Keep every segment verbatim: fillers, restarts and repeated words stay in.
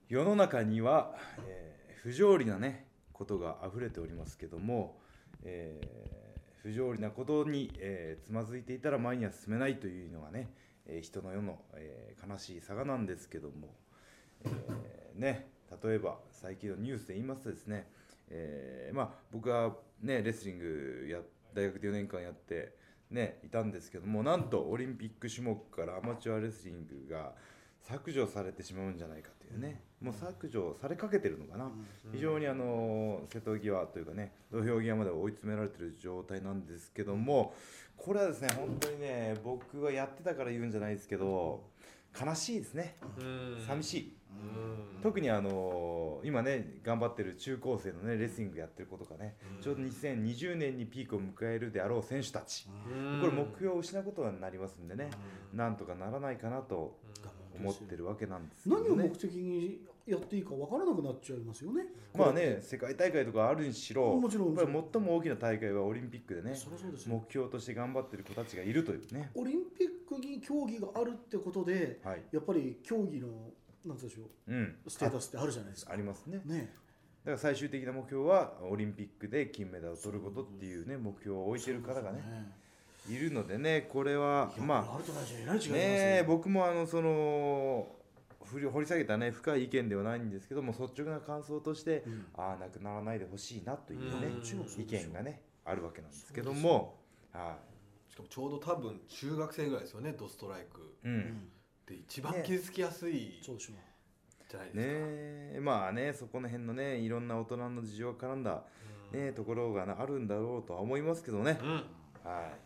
世の中には、えー、不条理なねことがあふれておりますけども、えー、不条理なことに、えー、つまずいていたら前には進めないというのがね、えー、人の世の、えー、悲しい差がなんですけども、えー、ね例えば最近のニュースで言いますとですね、えー、まあ僕はねレスリングや大学でよねんかんやってねいたんですけども、なんとオリンピック種目からアマチュアレスリングが削除されてしまうんじゃないかというね、もう削除されかけてるのかな、非常にあの瀬戸際というかね土俵際まで追い詰められている状態なんですけども、これはですね本当にね僕はやってたから言うんじゃないですけど悲しいですね、寂しい。特にあの今ね頑張ってる中高生のねレスリングやってる子とかね、ちょうどにせんにじゅうねんにピークを迎えるであろう選手たち、これ目標を失うことになりますんでね、なんとかならないかなと思ってるわけなんですけどね。 何を目的にやっていいか分からなくなっちゃいますよね。 まあね世界大会とかあるにしろ、 もちろんやっぱり最も大きな大会はオリンピックでね、 そりゃそうですよ。 目標として頑張ってる子たちがいるというね。 オリンピックに競技があるってことで、 はい、 やっぱり競技のなんていうんでしょう、うん、ステータスってあるじゃないですか。 ありますね。 ね。 だから最終的な目標はオリンピックで金メダルを取ることっていうね目標を置いてる方がねいるのでね、これはまあね僕もあのその掘り下げたね深い意見ではないんですけども、率直な感想として、うん、ああなくならないでほしいなというね、うん、意見がねあるわけなんですけども、 はい、しかもちょうど多分中学生ぐらいですよね、ドストライク、うん、で一番傷つきやすい、ね、 そうでしょうじゃないですかね。まあねそこの辺のねいろんな大人の事情が絡んだ、ね、ところがあるんだろうとは思いますけどね、うん、はい、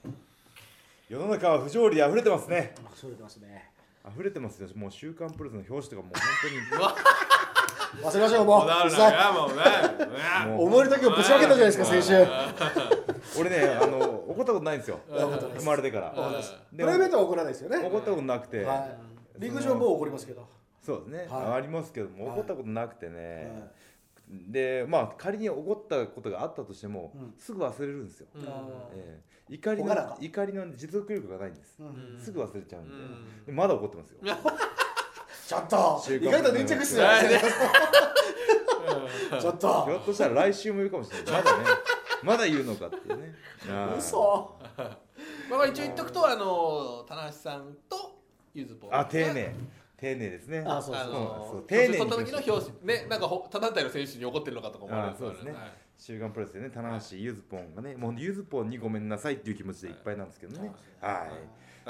世の中は不条理で溢れてますね。 溢れてますね。 溢れてますよ。もう週刊プロレスの表紙とかもう本当に忘れましょう。もう思いの時をぶちまけたじゃないですか先週。 俺ねあの怒ったことないんですよ生まれてから。 プライベートは怒らないですよね。 怒ったことなくて、 はい、陸上も怒りますけど。 そうですね、はい、ありますけども怒ったことなくてね、はいはい、でまあ仮に怒ったことがあったとしても、うん、すぐ忘れるんですよ、うんえー、怒りの怒りの持続力がないんです、うん、すぐ忘れちゃうんで、うん、でまだ怒ってますよちょっと意外と粘着質よちょっとひょっとしたら来週も言うかもしれないまだねまだ言うのかっていうね嘘まあ一応言っとくとあの棚橋さんとゆずぽんあ丁寧丁寧ですね。 あ、そうそう。 そう丁寧に。その時の表紙ね、なんか他団体の選手に怒ってるのかとか思われる。 そうですね。週刊プロレスでね、棚橋ゆずぽんがね、もうゆずぽんにごめんなさいっていう気持ちでいっぱいなんですけどね。はい。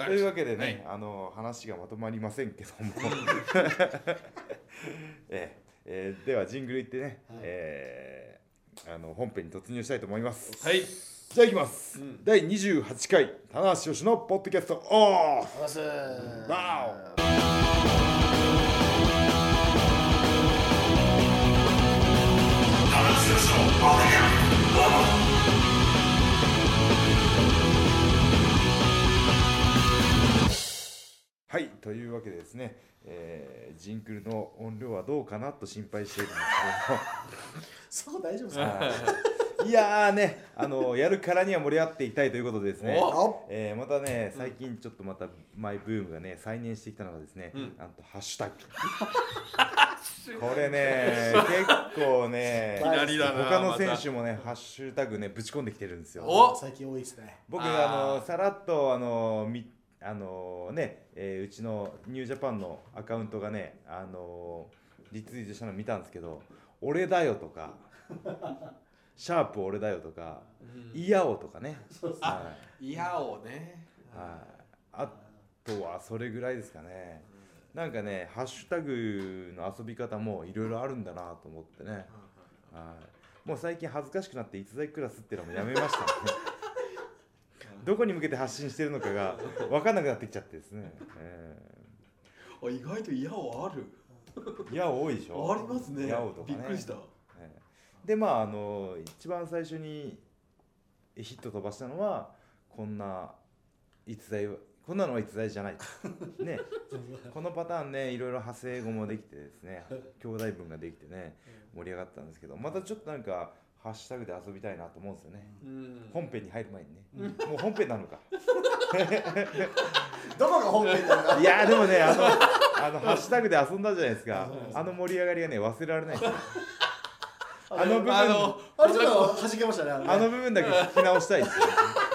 というわけでね、あの話がまとまりませんけども、ええではジングルいってね、えあの本編に突入したいと思います。 はい。 じゃあいきます、うん、だいにじゅうはちかい棚橋宏のポッドキャストオフ。ワオ。はい、というわけでですね、えー、ジングルの音量はどうかなと心配しているんですけどもそう大丈夫ですかいやーね、あのやるからには盛り上がっていきたいということでですね、えー、またね最近ちょっとまたマイブームがね再燃してきたのがですね、うん、なんとハッシュタグこれね結構ね他の選手もね、ま、ハッシュタグねぶち込んできてるんですよ。 最近多いですね。 僕あのさらっとあのみあのね、えー、うちのニュージャパンのアカウントがねあのリツイートしたの見たんですけど、俺だよとかシャープ俺だよとか、うん、イヤオとかね。 そうそう、はい、イヤオね。 はい。あとはそれぐらいですかね。うん、なんかねハッシュタグの遊び方もいろいろあるんだなと思ってね。はい。もう最近恥ずかしくなって逸材クラスっていうのもやめましたね。どこに向けて発信してるのかが分かんなくなってきちゃってですね。えー、あ意外とイヤオある。 イヤオ多いでしょ。 ありますね。 イヤオとかね。 びっくりした。 でまああの一番最初にヒット飛ばしたのはこんな逸材こんなのは逸材じゃないねこのパターンねいろいろ派生語もできてですね兄弟分ができてね盛り上がったんですけど、またちょっとなんかハッシュタグで遊びたいなと思うんですよね、うん、本編に入る前にね、うん、もう本編なのかどこが本編だろう。 いやでもねあのあのハッシュタグで遊んだじゃないですか。あの盛り上がりがね忘れられないですよ。あの部分あのあれちょっと弾けましたね。あのねあの部分だけ聞き直したいですよ。ね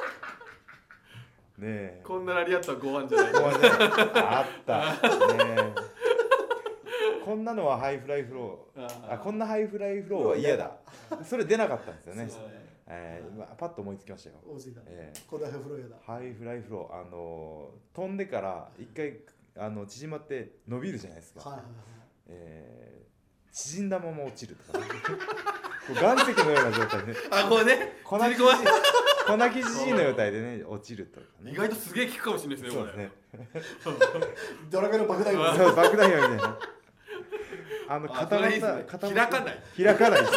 え。 こんなラリアットはご案じゃない。 ここはねあった。ねえ。こんなのはハイフライフロー。あこんなハイフライフローは嫌だ。それ出なかったんですよね。えー、今パッと思いつきましたよ。 大杉だ。 えーこんなフローやだ。 ハイフライフローあのー飛んでから一回あの縮まって伸びるじゃないですか。 はいはいはい。 えー、縮んだまま落ちるとか、ね、こう岩石のような状態で、ね、 あこれね粉木じ粉木じじいの状態でね落ちるとかね。 意外とすげえ効くかもしれないですねそうですね。 ドラクエの爆弾よ。 そう爆弾よみたいな。あのあ固まっそれいいっすねた固ま開かない開かない。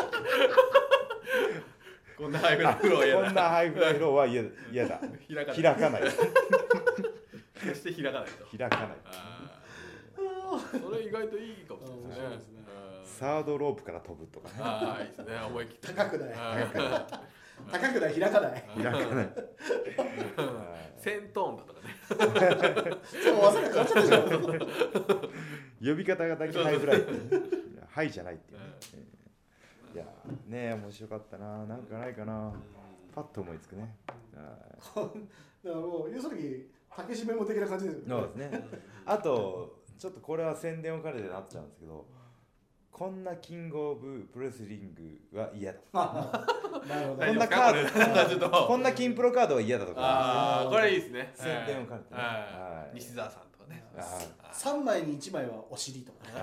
こんなハイフライフローやだこんなハイフライフローは嫌だ嫌だ。 開かない開かない。 決して開かないと開かない。 あーそれ意外といいかもしれないですね面白いですねサードロープから飛ぶとかね。 ああいいですね思い切って高くない。 あ高くない開かない。 開かない。 ーセントーンだとかねそう忘れ変わっちゃったじゃん。 呼び方がだけハイフライっていうね。ハイじゃないっていうね。いやねえ面白かったな。なんかないかな。パッと思いつくね。 だからもう要するに竹締めも的な感じですよね。 そうですね。あとちょっとこれは宣伝を兼ねてなっちゃうんですけど、こんなキングオブプロレスリングは嫌だ。 なるほど。 こんなカードちょっとこんな金プロカードは嫌だとか。 ああこれいいですね宣伝を兼ねてねはいはい西澤さんとかねあ三枚に一枚はお尻とかね。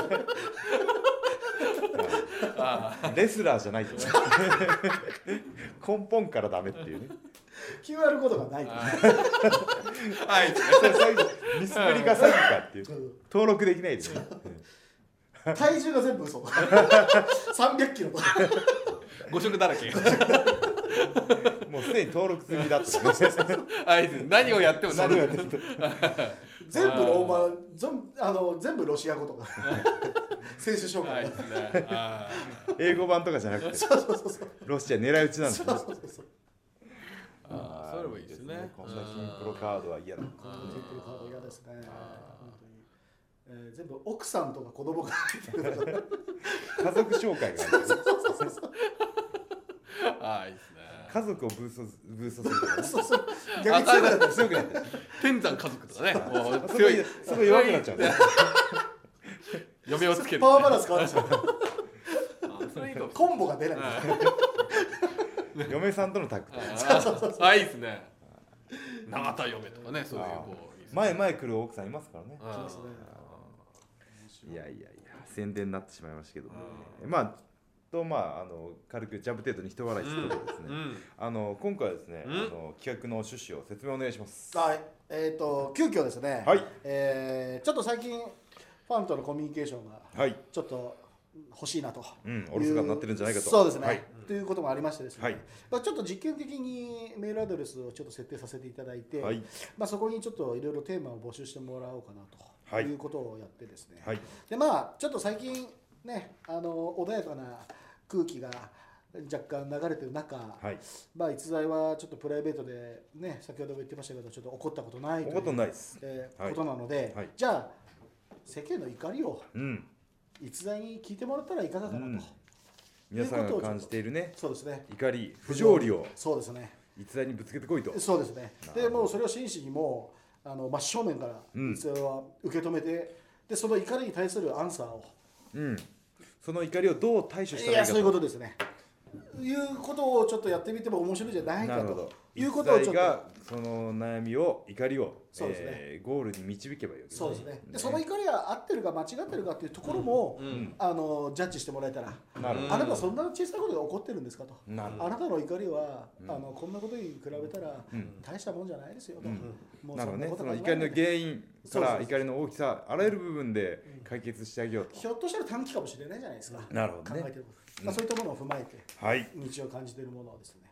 あーレスラーじゃないとね。根本からダメっていうね。 キューアール コードがないとか。 あいいですねそれ詐欺ミスプリか詐欺かっていう登録できないですね。 体重が全部嘘。三百キロとか。 誤色だらけもうすでに登録済みだってね。 あいいですね何をやっても何をやってる全部ローマン、全あの全部ロシア語とか。選手紹介あいいで。すねあ英語版とかじゃなくてそうそうそうそう。 ロシア狙い撃ちなんですね。 そうそうそうそう。 あそれもいいですねこんな金プロカードは嫌だ。 この全部カード嫌ですね。本当に。えー全部奥さんとか子供が入ってるとか。 家族紹介がある。 あいいですね家族をブーストブーストするとかね。 そうそう。逆に強くなったりする。 強くなってる。 天山家族とかねもうそこ強いそこ弱くなっちゃうんだよ。 嫁をつけるパワーバランス変わっちゃう。 あそれいいかもしれないコンボが出ない。 嫁さんとのタッグ。 ああいいですね永田嫁とかねそういうこういいですね前前来る奥さんいますからね。 あーそうですねいやいやいや宣伝になってしまいましたけど、ね、まあとまああの軽くジャブ程度に一笑いするとですね、 うんあの今回はですね、 うんあの企画の趣旨を説明お願いします。 はい。えっと急遽ですね。 はいえーちょっと最近ファンとのコミュニケーションがはい、 ちょっと欲しいなと。 うん、お留守がになってるんじゃないかと。 そうですね、 はい、 ということもありましてですね、 はいまあ、ちょっと実験的にメールアドレスをちょっと設定させていただいて、 はいまあ、そこにちょっといろいろテーマを募集してもらおうかなとはいいうことをやってですね、 はい、 でまあちょっと最近ねあの穏やかな空気が若干流れてる中、 はい、 まあ、逸材はちょっとプライベートでね先ほども言ってましたけどちょっと怒ったことないというおことないです。 えーはいことなので、 はいじゃあ世間の怒りをうん、 逸材に聞いてもらったらいかがかなと、 うん皆さんが感じているね、 そうですね怒り、不条理をそうですね逸材にぶつけてこいと。 そうですねなるほどでもうそれを真摯にもうあの真正面からうん逸材は受け止めて、でその怒りに対するアンサーをうん、その怒りをどう対処したいやそういうらいいかと。 ことですねいうことをちょっとやってみても面白いんじゃないかとなるほど。 いうことをちょっと逸材がその悩みを怒りを、 そうですねえーゴールに導けばいいわけそうですねでその怒りが合ってるか間違ってるかっていうところも、 うんあのジャッジしてもらえたら、 なるほあなたそんな小さいことで怒ってるんですかと、 ど。なるほあなたの怒りは、 うんあのこんなことに比べたら、 うん大したもんじゃないですよと、 うんもど。なるほどね。 ことその考えない怒りの原因からそうそうそう怒りの大きさ、あらゆる部分で解決してあげようと。 ひょっとしたら短期かもしれないじゃないですか、 なるほどね考えてること、まあ、そういったものを踏まえてはい。 日常感じているものをですねち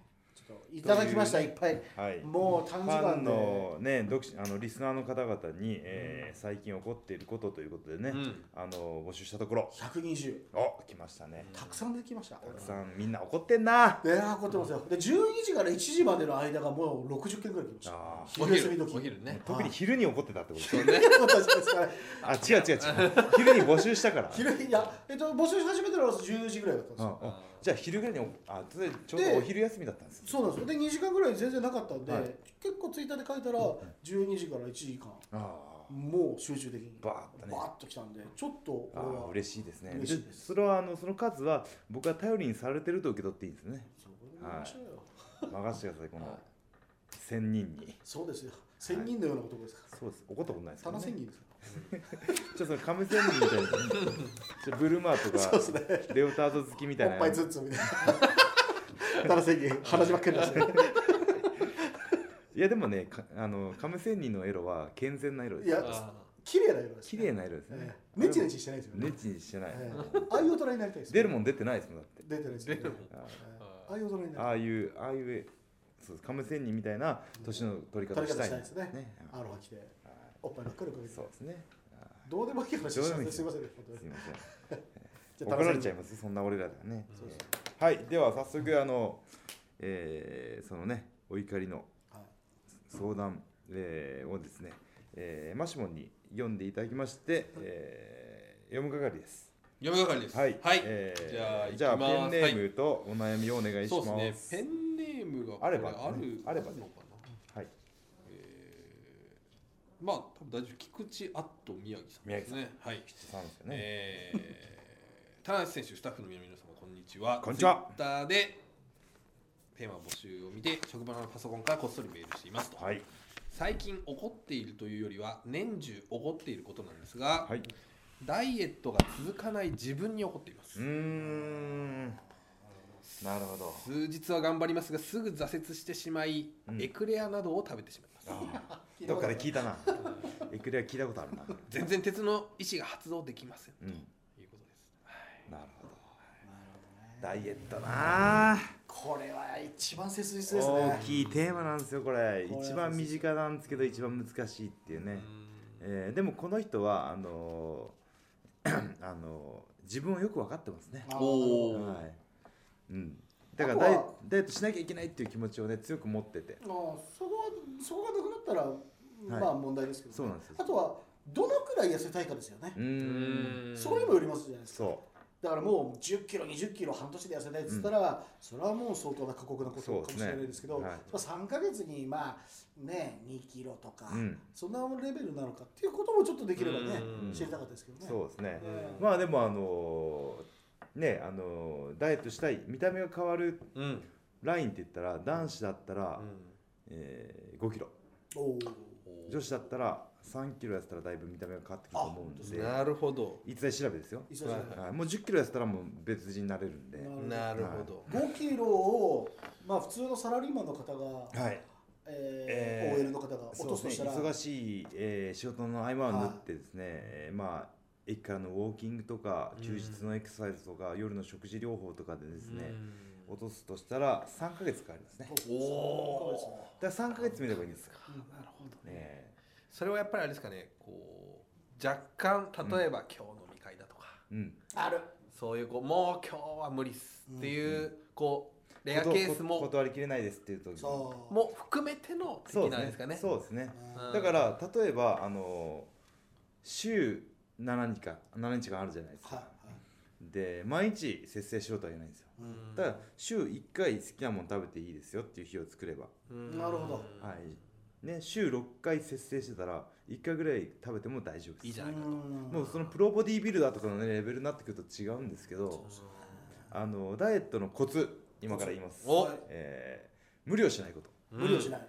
ちょっといただきました、 といういっぱい。 はいもう短時間でファンのね読者あのリスナーの方々に、えー最近起こっていることということでね、 うんあの募集したところひゃくにじゅうお来ましたね。 たくさんできました。 たくさんみんな怒ってんな。 いやー怒ってますよ。でじゅうにじからいちじまでの間がもうろくじゅっけんぐらい来ました。 あお昼休み時。 昼お昼ね特に昼に怒ってたってことそうねそうですねあ違う違う違う昼に募集したから昼いやえっと募集し始めたのはじゅうじぐらいだったんですあよ。 あじゃあ昼ぐらいにあそれちょうどお昼休みだったんですそうなんですよ。でにじかんぐらい全然なかったんで、 はい結構ツイッターで書いたらじゅうにじからいちじかんああもう集中的にバーッとねバーッと来たんでちょっとあ俺はあ嬉しいですね。 嬉しいですそれはあのその数は僕は頼りにされてると受け取っていいんですね。 そう思いましょうよ。 任せてくださいこの千人に。 そうですよ。千人のような男ですから。 そうです怒ったことないですからね。 棚千人ですかちょっとその亀仙人みたいなちょっとブルマーとら。 かそうですね。 レオタード好きみたいなおっぱいツンツンみたいな。棚千人鼻血ばっかりですね。 いやでもねかあの亀仙人の色は健全な色です。 いやあ綺麗な色です、ね。 綺麗な色ですねえ。えネチネチしてないですよね。 ネチネチしてない。 ええああいう大人になりたいです、 出るもん出てないですもんだって。 出てないですよ、ね。 出るもんええあああいう大人になりたい。 ああいうああいうそうです亀仙人みたいな年の取り方をしたい取り方したいですねアロハ着てはいおっぱいばっかりかけてそうですね。あどうでもいい話しどうでもいいですすいませんね本当にすいません。 じゃあ怒られちゃい楽しますそんな俺らだね。 そうそうはいでは早速あの、えーそのねお怒りのみはい相談、えーをですね、えーマシモンに読んでいただきまして、えー読む係です。 読み係ですはい。 はいえーじゃあじゃあ行きますペンネームとお悩みをお願いしそうま。 ですすねペンネームがあればこあるあればねるのかなはい。 えーまあ多分大丈夫菊池アット宮城さんですねはいさんですよね。 えー、田中選手スタッフの皆様こんにちは。 こんにちは。 ツイッターでテーマ募集を見て職場のパソコンからこっそりメールしていますと。 はい。 最近怒っているというよりは年中怒っていることなんですが、 はい。 ダイエットが続かない自分に怒っています。 うーん。なるほど。 数日は頑張りますがすぐ挫折してしまい、 うんエクレアなどを食べてしまいます。 あーどっかで聞いたな。エクレア聞いたことあるな。 全然鉄の意志が発動できませんうん。 ということです。 なるほど。ダイエットなあ。 これは一番切実です大ねきいテーマなんですよこれ。 これは一番身近なんですけど一番難しいっていうね。 うんえーでもこの人はあのーあのー自分をよく分かってますね。 あーおーはい。うん。だからダイあとはダイエットしなきゃいけないっていう気持ちをね強く持ってて。 あーそこはそこがなくなったら、まあ問題ですけど、 そうなんですよあとはどのくらい痩せたいかですよねう、ーん。 そこにもよりますじゃないですか。 そだからもうじゅっキロにじゅっキロ半年で痩せたいっつったら、それはもう相当な過酷なことかもしれないですけどそうですねはいまあさんかげつにまあねにキロとか、 うんそんなレベルなのかっていうこともちょっとできればねうん知りたかったですけどう。 ね。 そうですね。 うんまあでもあのーねあのーダイエットしたい見た目が変わるうんラインって言ったら男子だったら、 うんえーごキロおー女子だったらさんキロ痩せたらだいぶ見た目が変わってくると思うんでなるほど逸材調べですよ、 いさじゃないはい、もうじゅっキロ痩せたらもう別人になれるんでなるほど、 ごキロをまあ普通のサラリーマンの方が、 はいえーえーオーエルの方が落そうですねとすとしたら、 忙しい、えー仕事の合間を縫ってですね、えーまあ駅からのウォーキングとかうん休日のエクササイズとか夜の食事療法とかでですね、 うん落とすとしたらさんかげつかかりますねおおそうだからさんかげつ見ればいいんですよ、 うんなるほどねそれはやっぱりあれですかねこう若干例えば、今日飲み会だとかうん、 あるそういうこうもう今日は無理っすっていう、こうレアケースこも断りきれないですっていう時そうも含めてのそうですね的なんですかねそうですねうんだから例えばあの週しちにちかしちにち間あるじゃないですか、 はいで毎日節制しろとは言えないんですようんただ週いっかい好きなもの食べていいですよっていう日を作れば、 うんなるほどはいね、週ろっかい節制してたらいっかいぐらい食べても大丈夫ですいいじゃないかともうそのプロボディービルダーとかの、ね、レベルになってくると違うんですけどあのダイエットのコツ今から言います、 おえー無理をしないこと、 無理をしない、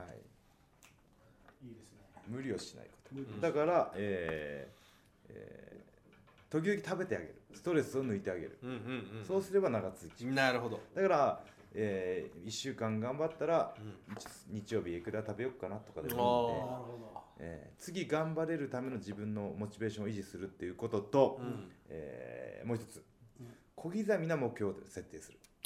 はい、 いいですね無理をしないこと無理をしだから、えーえー時々食べてあげるストレスを抜いてあげる、 うんうんうんそうすれば長続きなるほど、 だから、えー、いっしゅうかん頑張ったらうん日日曜日エクレア食べようかなとかでなるもいいんで、 ほえー次頑張れるための自分のモチベーションを維持するっていうことと、 うんえーもう一つうん小刻みな目標を設定する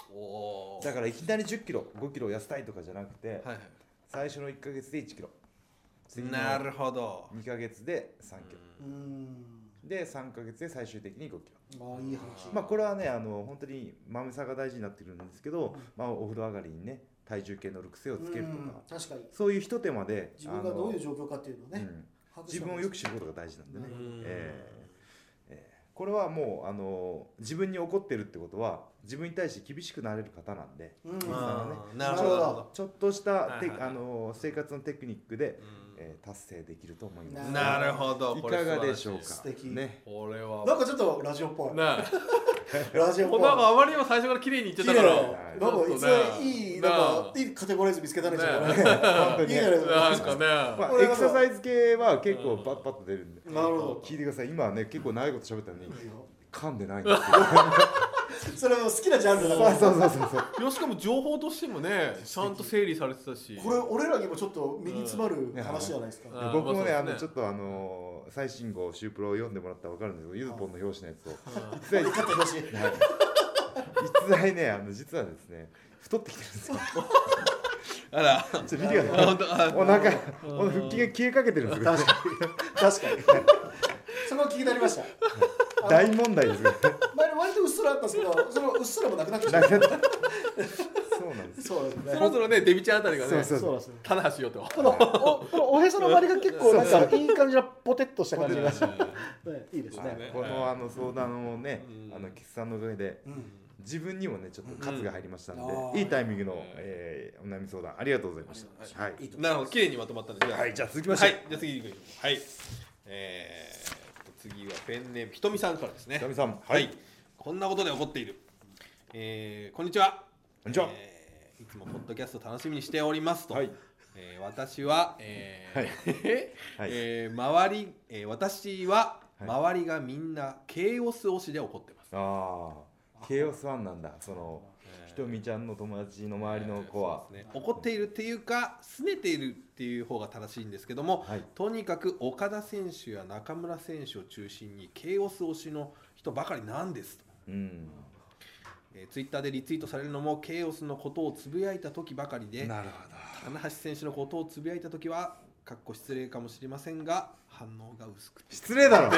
おだからいきなりじゅっキロごキロ痩せたいとかじゃなくて、 はいはい、 最初のいっかげつでいちキロ、 なるほど。 にかげつでさんキロ、 うんでさんかげつで最終的にごキロ。 ああいい話。 まあこれはねあの本当にまめさが大事になってくるんですけど、まあ、お風呂上がりにね体重計乗る癖をつけるとか、 確かにそういうひと手間で自分がどういう状況かっていうのをね、 うん、自分をよく知ることが大事なんでね、 うんえーえーこれはもうあの自分に怒ってるってことは自分に対して厳しくなれる方なんで、 うんさんはねなるほど。 ちょっとしたて、 はいはいはいあの生活のテクニックで、 うんえー達成できると思います。 なるほど。 いかがでしょうか。 素敵ね。 これはなんかちょっとラジオっぽい。 なラジオっぽい。 なんかあまりにも最初から綺麗に言ってたから、 なんかいついいなんかいいカテゴライズ見つけたね。 ね本当にいいじゃないですか。 なんかね、 まあエクササイズ系は結構パッパッと出るんで。 なるほど。 聞いてください。今はね結構長いこと喋ったのに噛んでないんですよ。 それも好きなジャンルだから。 そうそうそうそう。 いやしかも情報としてもね、ちゃんと整理されてたし。 これ俺らにもちょっと身に詰まる話じゃないですか。 うん僕もね、 まあそうですねあのちょっとあの最新号シュープロを読んでもらったら分かるんですけど、ゆずぽんの表紙のやつを実際勝ってほしい。 実在ね、あの実はですね太ってきてるんですよ。 あら、 ちょっと見てください。 本当あお腹、お腹腹筋が消えかけてるんですよ。 確かに確かに。そこ気になりました。 大問題ですよ。 前割とうっすらあったんですけど、そのうっすらもなくなっちゃった。 なくなったそうなんです。 そうですね。 そろそろねデビちゃんあたりがね、 そうそうですね。 棚橋よと。 このおこのおへその周りが結構なんかいい感じのポテッとした感じがして、ね、いいですね。 このあの相談をね、 うんあの岸さんのおかげでうん自分にもねちょっと喝が入りましたんで、 うんいいタイミングの、えーお悩み相談ありがとうございました。はい。 いいとなるほど、綺麗にまとまったんで、じゃあはい、じゃあ続きまして、 はい、じゃあ次行きましょう。はい。えー、と次はペンネームひとみさんからですね。 ひとみさん、 はい。こんなことで起こっている。えー、こんにちは。 こんにちは。 えーいつもポッドキャスト楽しみにしておりますと。 はい。 えー私は、えーはいはいえー周り、えー私ははい周りがみんなケイオス推しで怒ってます。 ああ、ケイオスワンなんだ。そのひとみちゃんの友達の周りの子は、 そうですね、怒っているっていうか拗ねているっていう方が正しいんですけども、 はい。 とにかく岡田選手や中村選手を中心にケイオス推しの人ばかりなんですと。 うん。 えー、ツイッターでリツイートされるのもケイオスのことをつぶやいた時ばかりで、 なるほ棚橋選手のことをつぶやいた時はかっこ失礼かもしれませんが反応が薄くて、 失礼だろ。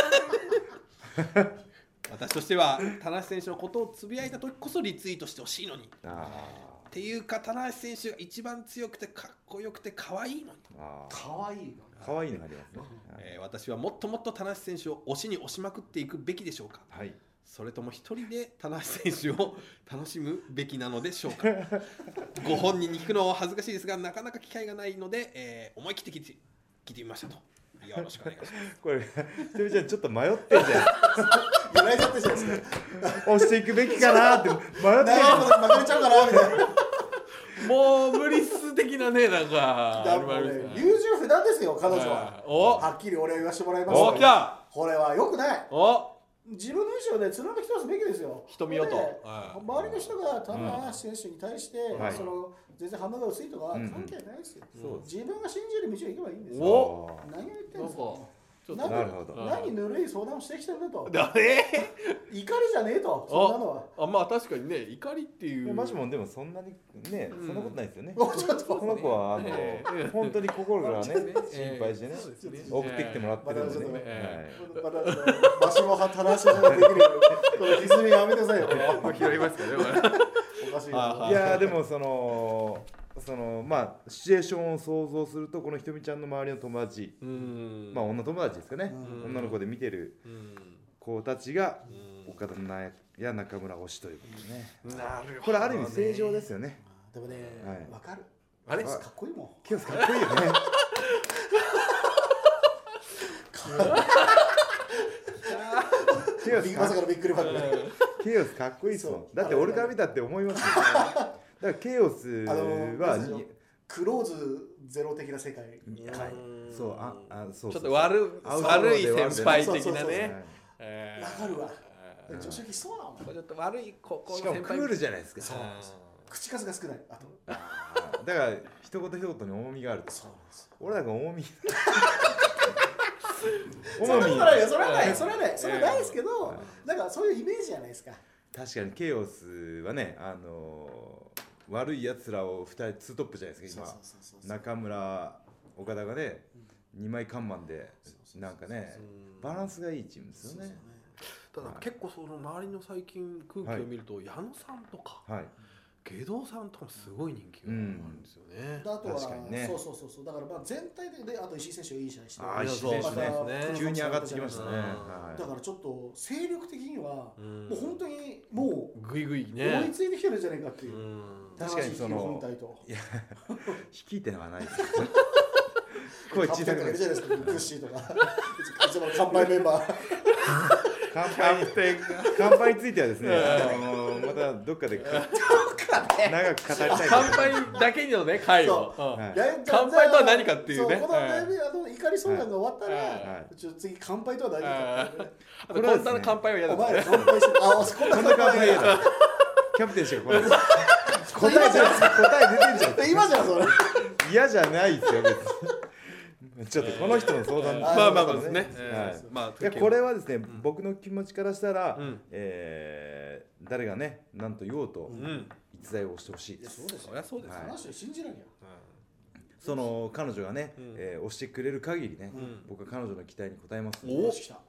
私としては棚橋選手のことをつぶやいた時こそリツイートしてほしいのにあっていうか、棚橋選手が一番強くてかっこよくて可愛いのに、 あ、あ可愛いあ、可愛いのがありますね。 えー私はもっともっと棚橋選手を推しに推しまくっていくべきでしょうか、 はい。 それとも一人で棚橋選手を楽しむべきなのでしょうかご本人に聞くのは恥ずかしいですがなかなか機会がないので、えー思い切って聞いて聞いてみましたと。よろしくお願いします。 これ、ひとみちゃんちょっと迷ってんじゃん。 揺らいちゃってるじゃないですか。 押していくべきかなって迷ってんじゃん。 負けれちゃうかなみたいな。 もう無理数的なね、なんかだもうね、優柔不断ですよ彼女は。 おはっきり俺は言わせてもらいます。 お、来たこれは良くない。 お、 自分の意思をね貫き通すべきですよ。 瞳よとではい周りの人が棚橋選手に対して、 はいその全然反応が薄いとかはうん関係ないですよ。 そう自分が信じる道を行けばいいんですよ。 お何を言ってんですか。 なんかちょっと何なるほど何ぬるい相談をしてきてるんだと。 だえ怒りじゃねえと。そんなのは。 あ、まあ確かにね、怒りっていう。 いやマジもんでもそんなにね、 うんそんなことないですよね。 もうちょっとこの子はあのええ本当に心からねええ心配してねそうですね送ってきてもらってるんでね。 まだちょっとねえまだ場所も正しいのができるこの歪みやめてくださいよ。 もう拾いますかね。 おかしいあな。 いやーでもそのそのまあシチュエーションを想像するとこのひとみちゃんの周りの友達、 うん。 まあ女友達ですかね、 うん女の子で見てるうん。 子たちがうん岡田や中村推しということでね。 なるほどね。 これある意味正常ですよね。 でもねはい、 わかる。 あれかっこいいもん。 ケオスかっこいいよね。ケオスかまさかのびっくりマークね。 ケオスかっこいいっすもんそ。うだって俺から見たって思いますよ。だからケオスあのはなんでしょうクローズゼロ的な世界に観。 そうああそうちそうょっと悪アウトロー悪いで悪い先輩的なそうそうそうね。 はいえーわかるわ。 えー女子力そうなの。 これちょっと悪い高校のしかも先輩クールじゃないですか。 そうなんですよ口数が少ない。あと。 だから一言一言に重みがある。 そうなんですよ。 俺なんか重み。 そんなことないよ。それはなええい。それはない。それはないですけどえ、 なんかそういうイメージじゃないですか。 確かにケイオスはね、あのー、悪いやつらをふたりツートップじゃないですか今。 そうそうそうそう中村岡田がね、にまい看板でなんかねバランスがいいチームですよね。 ただ結構その周りの最近空気を見ると、はい、矢野さんとか、はい、下道さんとかもすごい人気があるんですよね。 うん、あとは、ね、そうそうそうそう、だからまあ全体で、ね、あと石井選手がいい試合して、 あ、石井選手ね、急に上がってきましたね。 はい、だからちょっと精力的には、うん、もう本当にもうグイグイね追いついてきてるんじゃないかっていう。うん、 確かにそのいや率いてはないですけど。 声小さくなるじゃないですか、グッシーとか、一番乾杯メンバー。 乾杯に乾杯についてはですね、あのまたどっかで長く語りたい。 乾杯だけのね回を。乾杯とは何かっていうね。 このあの怒り相談が終わったら、ちょっと次乾杯とは何か。 これはこんな乾杯は嫌だ。 お前乾杯して、あ、こんな乾杯嫌だ。 キャプテンしか来ない。答えじゃ答え出てんじゃん。 今じゃんそれ。 嫌じゃないですよ別に。ちょっとこの人の相談まあまあまあですね。 いやこれはですね、僕の気持ちからしたら、え誰がね何と言おうと逸材を押してほしいです。 そうです。そりゃそうです。話信じなきゃ。 その彼女がね押してくれる限りね、僕は彼女の期待に応えます。 おお。来た。はい。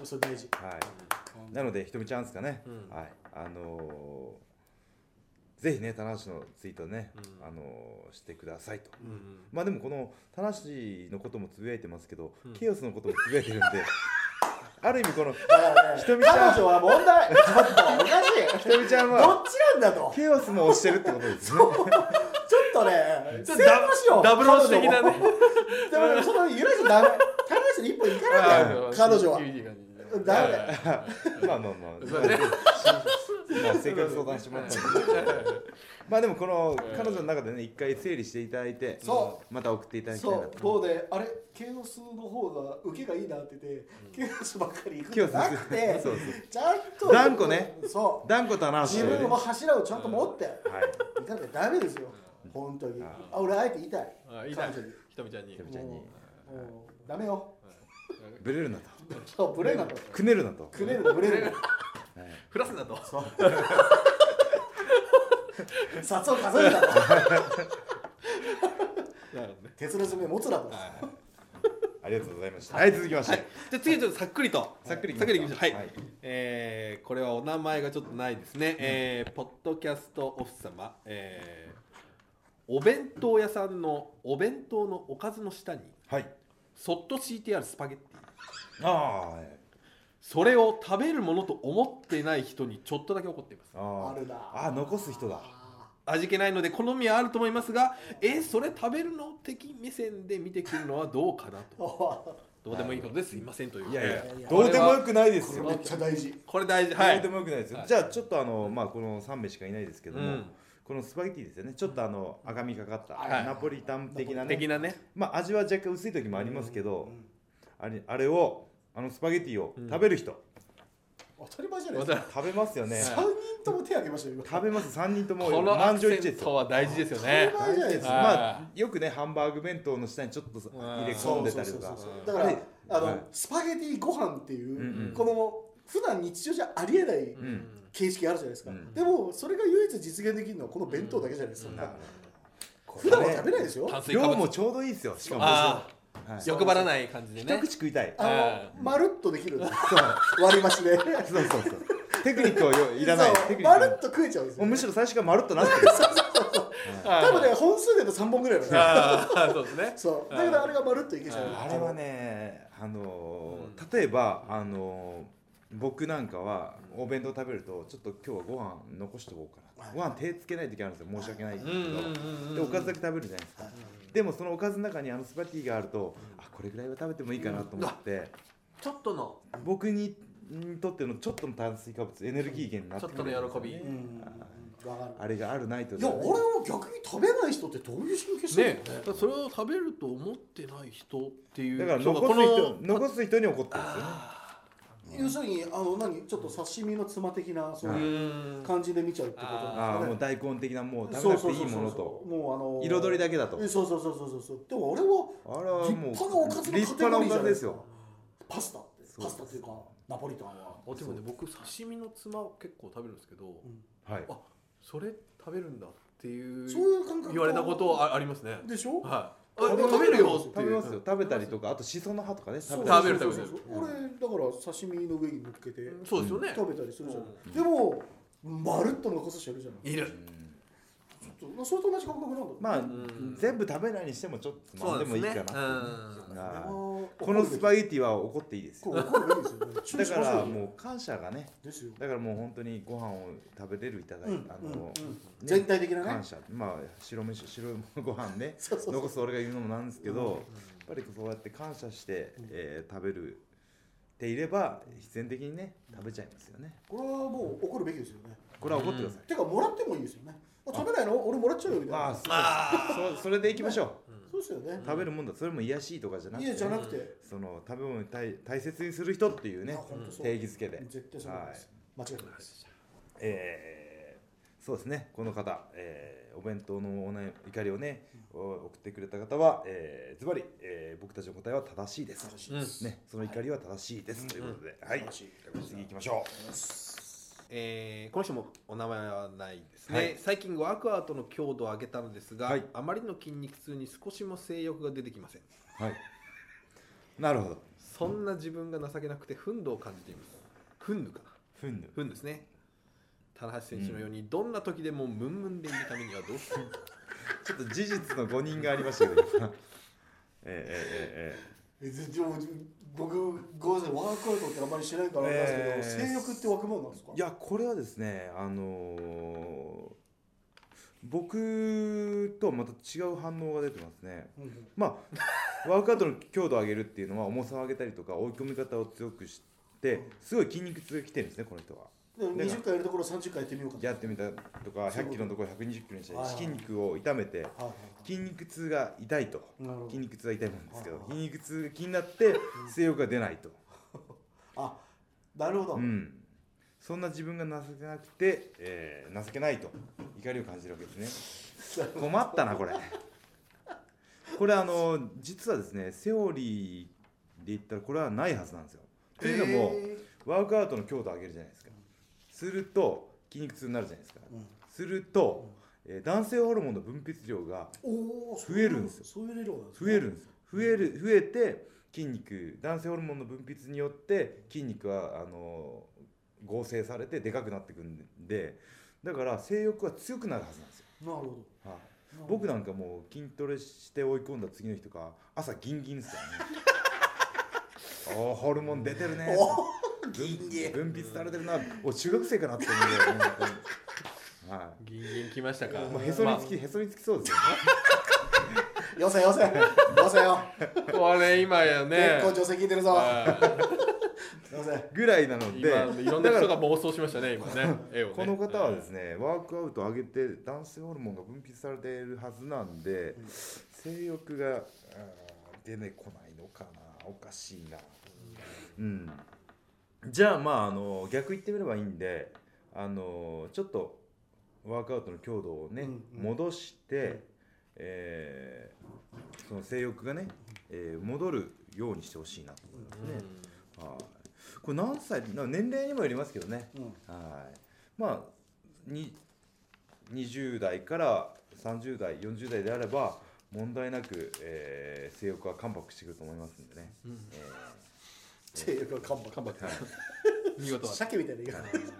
それ大事。 はい。なのでひとみちゃんですかね。はい。あのぜひね、棚橋のツイートね、うん、あのー、してくださいと、うんうん、まあでもこの棚橋のこともつぶやいてますけど、うん、ケイオスのこともつぶやいてるんである意味このひとみちゃん彼女は問題ちょっとおかしいひとみちゃんはどっちなんだとケイオスも推してるってことですねちょっとねちょっとダブル推し的なねでもその揺らしダメ棚橋に一歩いかないんだよ彼女はダメだよまあまあまあまあ正確相談してもらったんでまあでもこの彼女の中でね一回整理していただいてまた送っていただきたいなと。 そう、であれケイオスの方が受けがいいなって言ってケイオスばっかり行くんじゃなくてちゃんと断固ねそう断固と話して自分の柱をちゃんと持っていかなきゃダメですよ本当に。あ、俺あえて言いたい言いたいひとみちゃんにダメよブレるなとそうブレるなとくねるなとくねるなブレるな降らすなと札を数えるなと鉄の爪持つなとありがとうございました。はい、続きまして、 じゃあ次はちょっとさっくりとさっくりさっくりいきましょう。はい、えー、これはお名前がちょっとないですね、えー、ポッドキャストオフ様、えー、お弁当屋さんのお弁当のおかずの下に、はい、そっと敷いてあるスパゲッティ、ああ、それを食べるものと思ってない人にちょっとだけ怒っています。 ああるなあ、残す人だ。 味気ないので好みはあると思いますが、えそれ食べるの的目線で見てくるのはどうかなとどうでもいいことですいませんという。 いやいやどうでもよくないですよ。 めっちゃ大事。 これ大事。はい。 どうでもよくないですよ。じゃあちょっとあのまあこのさん名しかいないですけども、このスパゲティですよね。ちょっとあの赤みかかったナポリタン的なね。 的なね。 まあ味は若干薄い時もありますけど、あれあれをあのスパゲティを食べる人。 当たり前じゃないですか。 食べますよね。 さんにんとも手挙げましたよ。 食べます。さんにんともこのアクセントは大事ですよね。 大事です。 まあよくねハンバーグ弁当の下にちょっと入れ込んでたりとか。 だからあのスパゲティご飯っていうこの普段日常じゃありえない形式あるじゃないですか。でもそれが唯一実現できるのはこの弁当だけじゃないですか。普段は食べないですよ。 量もちょうどいいですよ。しかも。 欲張らない感じでね。 一口食いたい。 あのまるっとできる。割り箸で。そうそうそう。テクニックをいらない。 まるっと食えちゃうんですよ。 むしろ最初からまるっとなってる。 多分ね本数で言うとさんぼんぐらいだね。 ああそうですね。 そう。だけどあれがまるっといけちゃう。 あれはねあの例えばあの僕なんかはお弁当食べるとちょっと今日はご飯残しておこうかな。ご飯手つけない時あるんですよ。申し訳ないですけど。でおかずだけ食べるじゃないですか。でもそのおかずの中にあのスパゲティがあると、あこれぐらいは食べてもいいかなと思って、 ちょっとの僕にとってのちょっとの炭水化物エネルギー源になってくる、 ちょっとの喜び、 あれがあるないと、 いや俺は逆に食べない人ってどういう神経してるのね。それを食べると思ってない人っていう、 だから残す人残す人に怒ってるんですよね。 要するにあの何ちょっと刺身の妻的なそういう感じで見ちゃうってことなんですかね。 ああもう大根的なもう食べなくていいものともうあの彩りだけだと。 そうそうそうそうそう。でも俺は立派なおかずのカテゴリーじゃないですか。パスタパスタっていうかナポリタンは。 あでもね僕刺身のつま結構食べるんですけど、 うん、はい、 あそれ食べるんだっていうそういう感覚言われたことあありますね。 でしょ。 はい。 食べ食べるよって食べますよ。食べたりとか、あとしその葉とかね、 食べる食べる。 俺だから刺身の上に乗っけて、 そうですよね。 食べたりするじゃん。でもまるっと残す人いるじゃん。 いる。 ちょっとそれと同じ感覚なんだ。 まあ全部食べないにしてもちょっとつまんでもいいかな。このスパゲティは怒っていいですよ。だからもう感謝がね。だからもう本当にご飯を食べれるいただいて、あの全体的なね。 感謝。まあ白飯白ご飯ね残す俺が言うのもなんですけど、やっぱりそうやって感謝して食べるっていれば必然的にね食べちゃいますよね。 これはもう怒るべきですよね。 これは怒ってください。 てかもらってもいいですよね。食べないの？俺もらっちゃうよみたいな。 ああ、それでいきましょう。 そうですよね。 食べるもんだ。それも癒やしいとかじゃなくて、 いやじゃなくて、 その食べ物を大大切にする人っていうね定義づけで。 絶対そうです。間違いないです。 えー、そうですね。この方、えー、お弁当のお悩み怒りをね送ってくれた方は、えー、ズバリ、えー、僕たちの答えは正しいです。正しいです。ね、その怒りは正しいですということで、はい。次行きましょう。 えー、この人もお名前はないですね、はい、最近ワークアウトの強度を上げたのですが、はい、あまりの筋肉痛に少しも性欲が出てきません。 はい、なるほど。 そんな自分が情けなくて憤怒を感じています。憤怒かな。 憤怒憤ですね。棚橋選手のように、うん、どんな時でもムンムンでいるためにはどうするちょっと事実の誤認がありましたけどえええええええ僕、ごめんなさい、ワークアウトってあんまりしないからあれなんですけど、性欲って湧くもんなんですか？ いや、これはですね、あのー、僕とはまた違う反応が出てますね。うんうん、まあ、ワークアウトの強度を上げるっていうのは、重さを上げたりとか、追い込み方を強くして、すごい筋肉痛が来てるんですね、この人は。 にじゅっかいやるところさんじゅっかいやってみようかやってみたとかひゃっキロのところひゃくにじゅっキロにして筋肉を痛めて筋肉痛が痛いと筋肉痛は痛いもんですけど筋肉痛が気になって性欲が出ないとあなるほど、 うん、そんな自分が情けなくて、えー、情けないと怒りを感じるわけですね。困ったなこれこれあの実はですねセオリーで言ったらこれはないはずなんですよ。というのもワークアウトの強度を上げるじゃないですか。すると筋肉痛になるじゃないですか、うん、すると、うんえー、男性ホルモンの分泌量が増えるんですよ。 そういう理論なんですね。増えるんですよ。増える増えて筋肉男性ホルモンの分泌によって筋肉はあのー、合成されてでかくなっていくんでだから性欲は強くなるはずなんですよ。 なるほど、 はあ、僕なんかもう筋トレして追い込んだ次の日とか朝ギンギンですからねおホルモン出てるね分泌されてるなお中学生かなって思うよ、 はい、ギンギンきましたか。 もうへそにつき、まあ、へそにつきそうですよねよせよせよせよこれ今やね結構女性聞いてるぞぐらいなので今いろんな人が暴走しましたね今ね絵をねこの方はですねワークアウトを上げて男性ホルモンが分泌されているはずなんで、うん、性欲が出てこないのかなおかしいなうん、うんじゃあまああの逆言ってみればいいんであのちょっとワークアウトの強度をね、うんうん、戻して、うんえー、その性欲がね、えー、戻るようにしてほしいなと思いますね。うん、はいこれ何歳年齢にもよりますけどね、うん、はいまあににじゅう代からさんじゅう代よんじゅう代であれば問題なく、えー、性欲はカムバックしてくると思いますんでね。うんえー性欲がカンバカンバ見事鮭みたいな言い方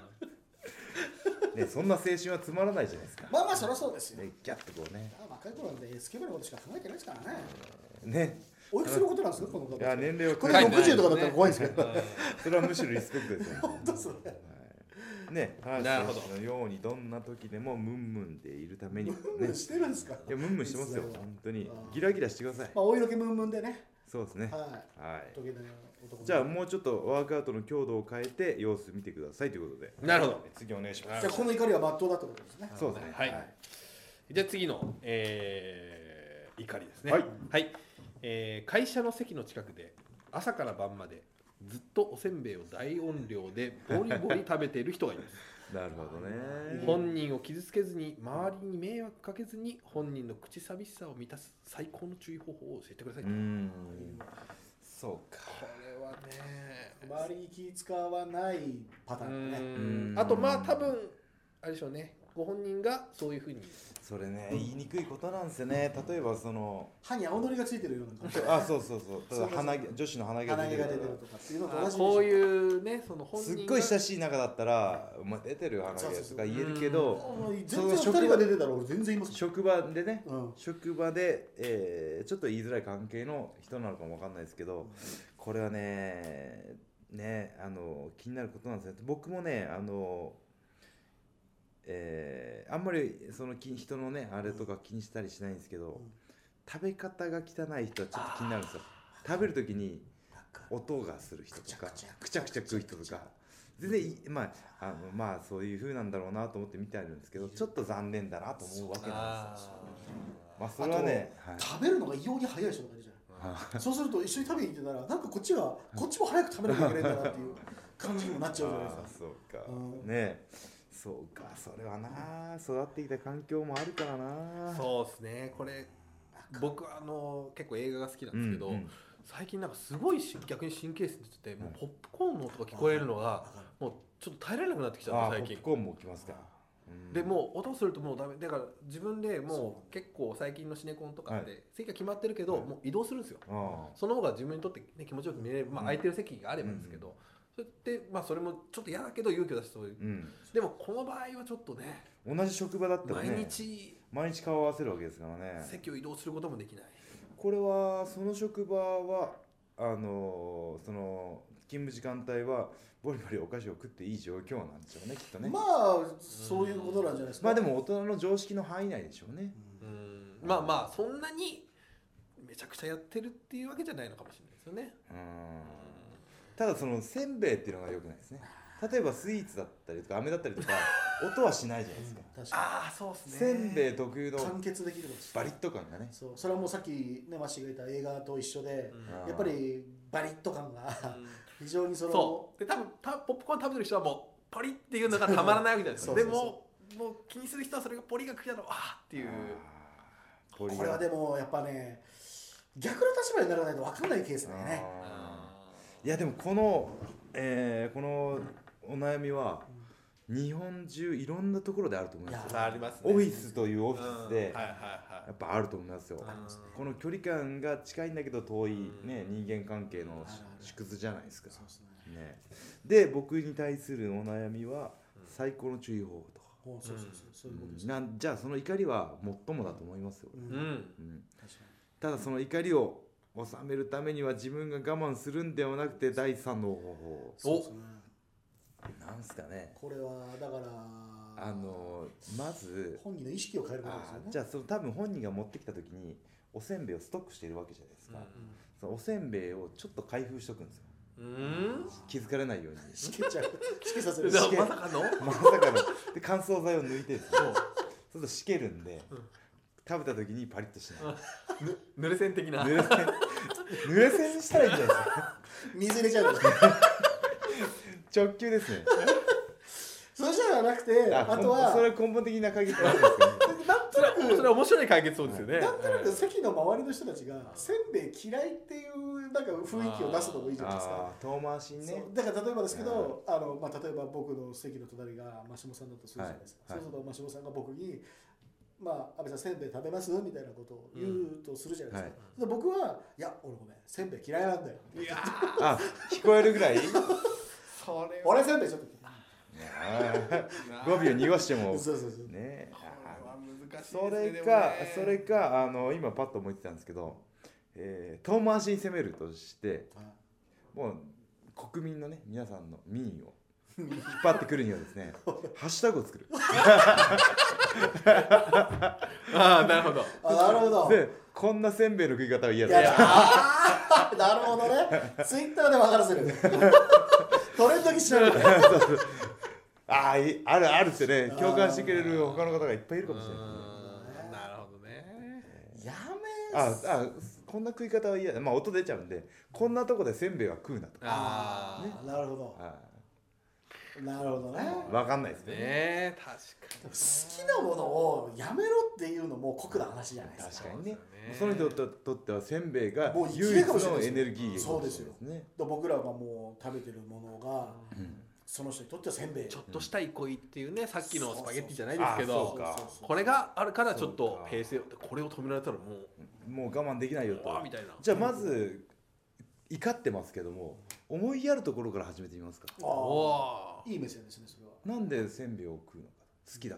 ねそんな青春はつまらないじゃないですか。 まあまあそりゃそうですよ、 ね、ギャッとこうね若い頃なんで好きなことしか考えてないですからねねおいくつのことなんですかこの方。 いや年齢はこれろくじゅうとかだったら怖いですけど、ね、 それはむしろリスペクトですよ本当ですね、 はい、ね話のようにどんな時でもムンムンでいるために、ね、 ムンムンしてるんですか。いやムンムンしてますよ本当にギラギラしてください。 まあお色気ムンムンでね。 そうですね。はい。 はい、 じゃあもうちょっとワークアウトの強度を変えて様子見てくださいということで。 なるほど。 次お願いします。 じゃあこの怒りは真っ当だということですね。 そうですね。 はい。はい、じゃあ次の、えー、怒りですね。 はい。 はい、えー。会社の席の近くで朝から晩までずっとおせんべいを大音量でボリボリ食べている人がいます。 なるほどね。 本人を傷つけずに周りに迷惑かけずに本人の口寂しさを満たす最高の注意方法を教えてください。 うんそうか。 これはね周りに気使わないパターンだね。 うんあとまあ多分あれでしょうね、ご本人がそういうふうにそれね、言いにくいことなんですよね。例えばその歯に青のりがついてるような感じ。 あ、そうそうそう。ただ鼻毛、女子の鼻毛が鼻毛が出てる出てるとかっていうのと同じでしょ。 こういうね、その本人がすっごい親しい仲だったら、お前出てるよ鼻毛とか言えるけど、 全然ふたりが出てたら俺全然言いますもん。 職場でね、 うん職場で、えーちょっと言いづらい関係の人なのかもわかんないですけど、これはね、ね、あの気になることなんですね。僕もね、あの、えーあんまりその気人のねあれとか気にしたりしないんですけど、 ん食べ方が汚い人はちょっと気になるんですよ。食べるときに音がする人とかくちゃくくちゃくちゃ食う人とか全然いまああのまあそういう風なんだろうなと思って見てあるんですけど、ちょっと残念だなと思うわけなんですよ。まあそれはね、はい、 食べるのが異様に早い人がいるじゃん。そうすると一緒に食べに行ってたらなんかこっちがこっちも早く食べなきゃいけないんだなっていう感じにもなっちゃうじゃないですか。 あーそうか、 うんねそうか、それはな育ってきた環境もあるからな。 そうですね、これ僕はあの結構映画が好きなんですけど、 うんうん最近なんかすごいし逆に神経質になってて、もうポップコーンの音が聞こえるのがもうちょっと耐えられなくなってきちゃあって最近ーポップコーンも起きますか。うんでもう音するともうダメだから、自分でもう結構最近のシネコンとかって席が決まってるけど、 はいもう移動するんですよ。 あその方が自分にとって、ね、気持ちよく見れる、まあ、 うん空いてる席があればですけど、それってまあそれもちょっと嫌だけど勇気を出してそういう、 ーうんでもこの場合はちょっとね同じ職場だったらね毎日毎日顔を合わせるわけですからね。 席を移動することもできない。 これはその職場はあのその勤務時間帯はボリボリお菓子を食っていい状況なんでしょうね、きっとね。 まあそういうことなんじゃないですか。 まあでも大人の常識の範囲内でしょうね。 うんまあまあそんなにめちゃくちゃやってるっていうわけじゃないのかもしれないですよね。 うんただそのせんべいっていうのが良くないですね。例えばスイーツだったりとか飴だったりとか音はしないじゃないですか。 確かああそうですね。 せんべい特有のに完結できるかもしれない。 バリッと感がね。 そうそれはもうさっきねマッシーが言った映画と一緒で、 うんやっぱりバリッと感がうん非常にそのそうで多分たポップコーン食べてる人はもうポリっていうのがたまらないわけじゃないですか。 そうそうでもそもう気にする人はそれがポリが来たらわーっていう。 あーポリがこれはでもやっぱね逆の立場にならないと分かんないケースだよね。 あーいやでもこの、えーこのお悩みは日本中いろんなところであると思いますよ。 ありますね。 オフィスというオフィスでうんはいはいはいやっぱあると思いますよ。 うんこの距離感が近いんだけど遠い、ね、 うん人間関係のあるある縮図じゃないですか。 そうですね。 ね、で僕に対するお悩みは最高の注意報と。 もうそうそうそうそういうことです。 なんじゃあその怒りは最もだと思いますよ。 うんうんうん確かただその怒りを収めるためには自分が我慢するんではなくて第三の方法そうですね。 なんすかね。 これはだからあのまず本人の意識を変えることですよね。 あじゃあその多分本人が持ってきた時におせんべいをストックしているわけじゃないですか。 うそのおせんべいをちょっと開封しとくんですよ。 ん。 気づかれないように。 しけちゃう。しけさせる。 だしけからまさかの。 まさかので乾燥剤を抜いてですね。そうするとしけるんで、 うん食べた時にパリッとしない。 ぬ濡れ線的な。 濡れ線濡れ線にしたらいいんじゃないですか。 水入れちゃうから。 直球ですね。 それじゃなくて、あとはそれは根本的な解決なんですよね。 なんとそれはなくそれは面白い解決そうですよね。 なんとなく席の周りの人たちがせんべい嫌いっていうなんか雰囲気を出すのもいいじゃないですか。 ああ遠回しにね。 そうだから例えばですけど、あのまあ、例えば僕の席の隣がマシモさんだとするじゃないですか、 はいそうするとマシモさんが僕に「まあ、安倍さんせんべい食べます?」みたいなことを言うとするじゃないですか、で僕は「いや俺ごめんせんべい嫌いなんだよ」 いやあ聞こえるぐらい。 それは俺せんべいちょっと語尾を濁してもそうそうそうね。 これは難しいですそね。 れかでもねそれかあの今パッと思いついたんですけど、えー遠回しに攻めるとしてもう国民のね皆さんの民意を引っ張ってくるにはですねハッシュタグを作る。 ああなるほど。 あなるほどでこんなせんべいの食い方は嫌いやだ。 あーなるほどねツイッターで分からせるトレンドにしちゃうみたいなそうそうああいあるあるってね共感してくれる他の方がいっぱいいるかもしれない。 うんなるほどね。 やめああこんな食い方は嫌だ。まあ音出ちゃうんでこんなとこでせんべいは食うなとか。 ああーなるほどあなるほどね。 分かんないですね。 ね確かに好きなものをやめろっていうのも酷な話じゃないですか。 確かにね。その人にとってはせんべいがもう生き唯一がいかもしれないのエネルギーそうですよね。 だ僕らがもう食べてるものが、うん、その人にとってはせんべいちょっとした憩いっていうね、さっきのスパゲッティじゃないですけど、これががあるからちょっと平成これを止められたらもうもう我慢できないよとみたいな。 じゃあまず怒ってますけども思いやるところから始めてみますか。 ああいい目線ですねそれは。 なんでせんべいを食うのか好きだから。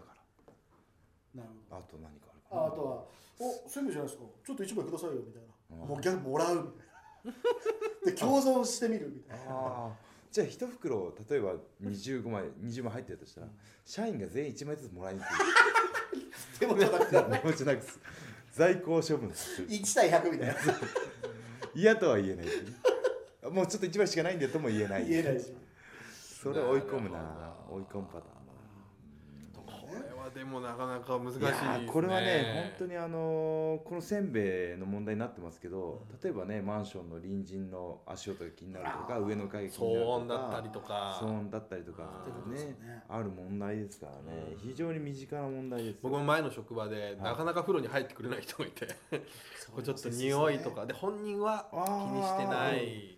なるほど。 あと何かあるかな。 あとはおせんべいじゃないですかちょっと一枚くださいよみたいな、もう逆もらうみたいなで共存してみるみたいな。 あじゃあ一袋例えばにじゅうごまいにじゅうまい入ってるとしたら社員が全員いちまいずつもらいに来る手持ちなくて手持ちなくす在庫処分するいちたいひゃくみたいな嫌とは言えないもうちょっといちまいしかないんだとも言えない言えないしそれ追い込むな追い込むパターン。 これはでもなかなか難しいですね。 いやこれはね本当にあのこのせんべいの問題になってますけど、例えばねマンションの隣人の足音が気になるとか上の階が気になるとか騒音だったりとか騒音だったりとかねある問題ですからね、非常に身近な問題です。 僕も前の職場でなかなか風呂に入ってくれない人がいて、これちょっと匂いとかで本人は気にしてない、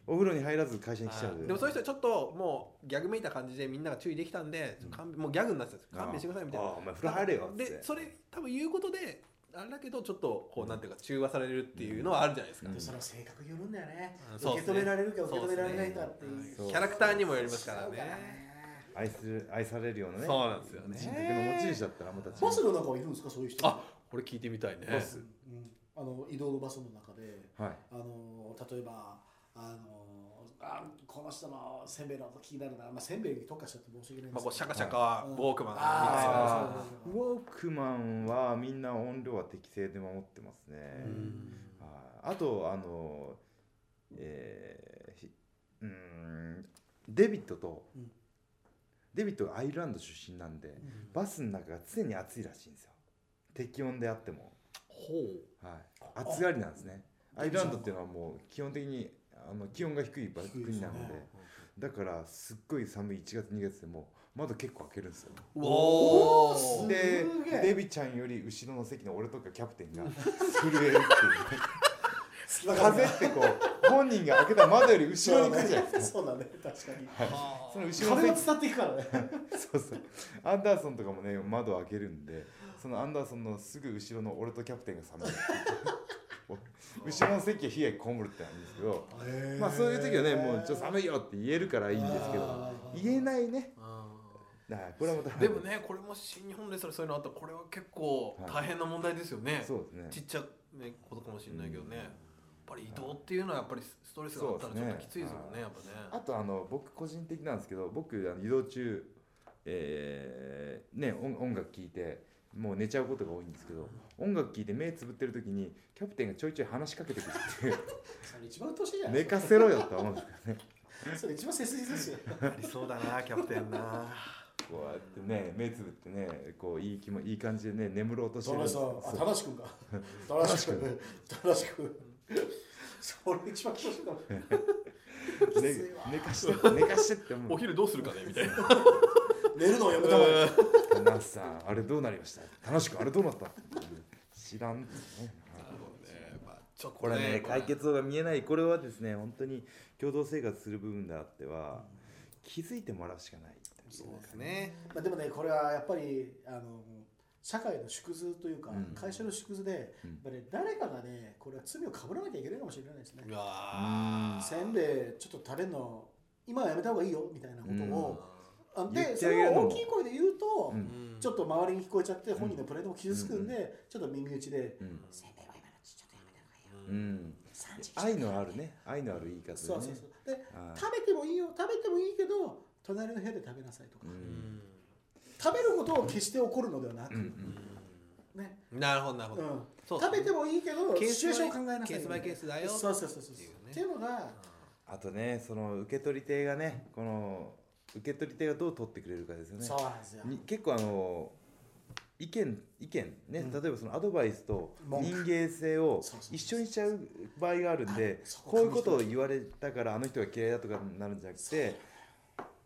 お風呂に入らず会社に来ちゃう。 でもそういう人はちょっともうギャグめいた感じでみんなが注意できたんで、もうギャグになってたんですよ。勘弁してくださいみたいな。 お前風呂入れよって。 でそれ多分言うことであれだけどちょっとこうなんていうか中和されるっていうのはあるじゃないですか。 それは性格によるんだよね。 受け止められるか受け止められないかっていうキャラクターにもよりますからね。 愛する愛されるようなね。 そうなんですよね。 人格の持ち主だったらまた違う。 バスの中はいるんですかそういう人。 あ、これ聞いてみたいね。 バス、 うん、あの移動のバスの中で、 はい、 あの例えばあのあこの人のせんべいの音気になるな、まあせんべいに特化しちゃって申し訳ないんですけど、まあ、こうシャカシャカウォークマンみたいな。ウォークマンはみんな音量は適正で守ってますね。あ, あとあの、えー、うんデビットと、うん、デビットがアイルランド出身なんで、うん、バスの中が常に暑いらしいんですよ。適温であっても。 ほう、はい、暑がりなんですね。アイルランドっていうのはもう基本的にあの気温が低い国なので、だからすっごい寒いいちがつにがつでも窓結構開けるんですよ。 おーでデビちゃんより後ろの席の俺とかキャプテンが震えるっていうね風ってこう本人が開けた窓より後ろに来るじゃないですか。 そうだね確かに、 はい、その後ろの風が伝っていくからねそうそうアンダーソンとかもね窓を開けるんで、そのアンダーソンのすぐ後ろの俺とキャプテンが寒い後ろの席は冷えこもるってなんですけど、まあそういう時はねもうちょっと寒いよって言えるからいいんですけど、言えないね。だからこれはまたでもねこれも新日本ですらそういうのあったらこれは結構大変な問題ですよね。 そうですね。 ちっちゃいことかもしれないけどね。やっぱり移動っていうのはやっぱりストレスがあったらちょっときついですよね。やっぱね。 あとあの僕個人的なんですけど、僕あの移動中、えー、ね音音楽聴いて。もう寝ちゃうことが多いんですけど、音楽聴いて目つぶってる時にキャプテンがちょいちょい話しかけてくるっていうそれ一番うっとうしいじゃない寝かせろよと思うんですけどねそれ一番切実ですよありそうだなキャプテンなこうやってね目つぶってねこういい気もいい感じでね眠ろうとしてるんですよ。 あ、正しくんか正しくん正しくんそれ一番うっとうしいかもしれないね、寝かして寝かしてってお昼どうするかねみたいな寝るのをやめたまえナスさんあれどうなりました楽しくあれどうなった知らんですね。これね解決法が見えない。これはですね本当に共同生活する部分であっては気づいてもらうしかない。 そうですね。まあでもねこれはやっぱりあの社会の縮図というか、うん、会社の縮図で、うん、やっぱり誰かがねこれは罪をかぶらなきゃいけないかもしれないですね。せんべいちょっと食べるの今はやめた方がいいよみたいなことを、うん、でそれを大きい声で言うと、うん、ちょっと周りに聞こえちゃって本人のプライドも傷つくんで、うん、ちょっと耳打ちで、うん、せんべいは今のちょっとやめた方がいいよ、うん、 愛のあるね愛のある言い方でね。 そうそうそうで食べてもいいよ食べてもいいけど隣の部屋で食べなさいとか、うん、食べることを決して起こるのではなく、うんうんね、 なるほどなるほど、うん、 そう食べてもいいけどシチュエーションを考えなさいケースバイケースだよそうそうそうそうっていう、ね、っていうのがあとねその受け取り手がねこの受け取り手がどう取ってくれるかですよね。 そうなんですよ。 結構あの意見意見ね、うん、例えばそのアドバイスと人間性を一緒にしちゃう場合があるんで、こういうことを言われたからあの人が嫌いだとかになるんじゃなくて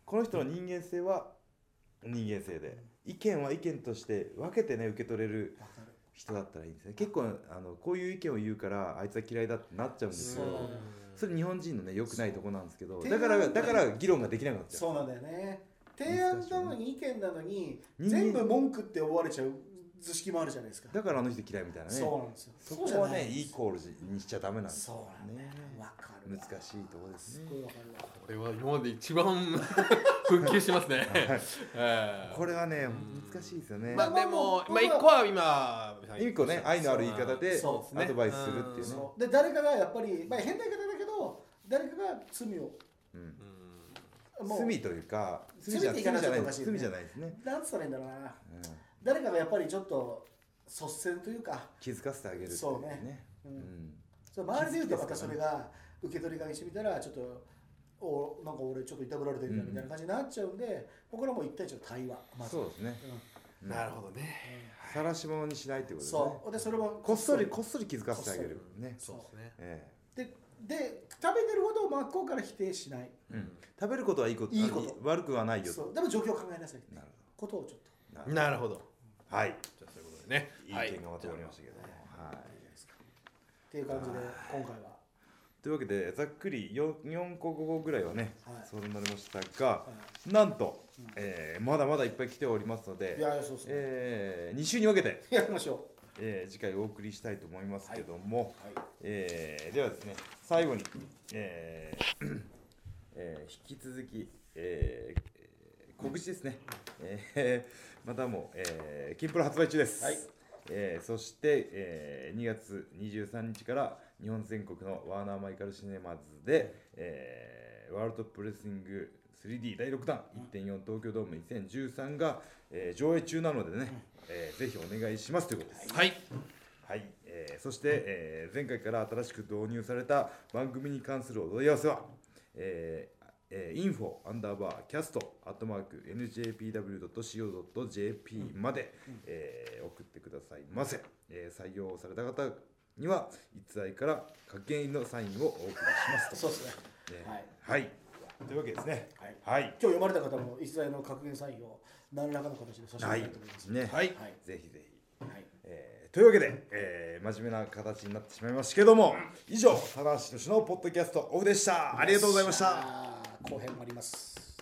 この人の人間性は人間性で、意見は意見として分けてね受け取れる人だったらいいんですね。結構あのこういう意見を言うからあいつは嫌いだってなっちゃうんですけど、それ日本人のね良くないとこなんですけど、だからだから議論ができなくなっちゃう。 そうなんだよね。提案なのに意見なのに全部文句って思われちゃう図式もあるじゃないですか。 だからあの人嫌いみたいなね。 そうなんですよ。 そこはねイコールにしちゃダメなんです。 そうなんだよね。わかる。 難しいところですね。 すごいわかるわ。 これは今まで一番復旧しますね。 えーこれはね難しいですよね。 まあでもまあ一個は今一個ね愛のある言い方でそうアドバイスするっていうね。 そうで誰かがやっぱりまあ変な言い方だけど誰かが罪をうん罪というか罪じゃない罪じゃないですね。 なんつったらいいんだろうな。誰かがやっぱりちょっと率先というか気づかせてあげるっていうそうね。そう周りで言うとまたそれが受け取り側にしてみたらちょっとおなんか俺ちょっといたぶられてるみたいな感じになっちゃうんで、僕らも一対一の対話。 そうですね。 なるほどね。 晒し者にしないってことですね。 そうでそれもこっそりこっそり気づかせてあげるね。 そうですね。 ええでで食べてることを真っ向から否定しない。 食べることはいいこといいこと悪くはないよ。 そうでも状況を考えなさいってことをちょっと。 なるほど。 はい。 じゃあそういうことでね。 いい意見がまとまりましたけど。はい。 っていう感じで今回は。 というわけでざっくりよんこごこぐらいはね、 はい、 そうなりましたが、はい、なんと、うんえー、まだまだいっぱい来ておりますので、 いやいやそうそうえー、に週に分けてやりましょう、 えー、次回お送りしたいと思いますけども、 はいはいえー、ではですね最後に、えーえー、引き続き、えー、告知ですね、えー、またも、えー、キンプロ発売中です、はいえー、そして、えー、にがつにじゅうさんにちから日本全国のワーナーマイカルシネマズで、えー、ワールドプレスリング スリーディー だいろくだん いってんよん 東京ドームにせんじゅうさんが、えー、上映中なのでね、えー、ぜひお願いしますということです。 はい、 はいえー、そして、えー、前回から新しく導入された番組に関するお問い合わせは、えーえー、インフォ アンダーバーキャストアットマーク エヌジェーピーダブリュードットシーオードットジェーピー まで、うんえー、送ってくださいませ、えー、採用された方には逸材から各県員のサインをお送りしますと。 そうですね。 ねはい、はい。というわけですね。 はい。 はい、 今日読まれた方も逸材の格言サインを何らかの形で差し上げたいと思います。 ね。 はい。 ぜひぜひ。 はい。 えー、というわけで、えー、真面目な形になってしまいましたけども、以上、棚橋宏のポッドキャストオフでした。ありがとうございました。 後編もあります。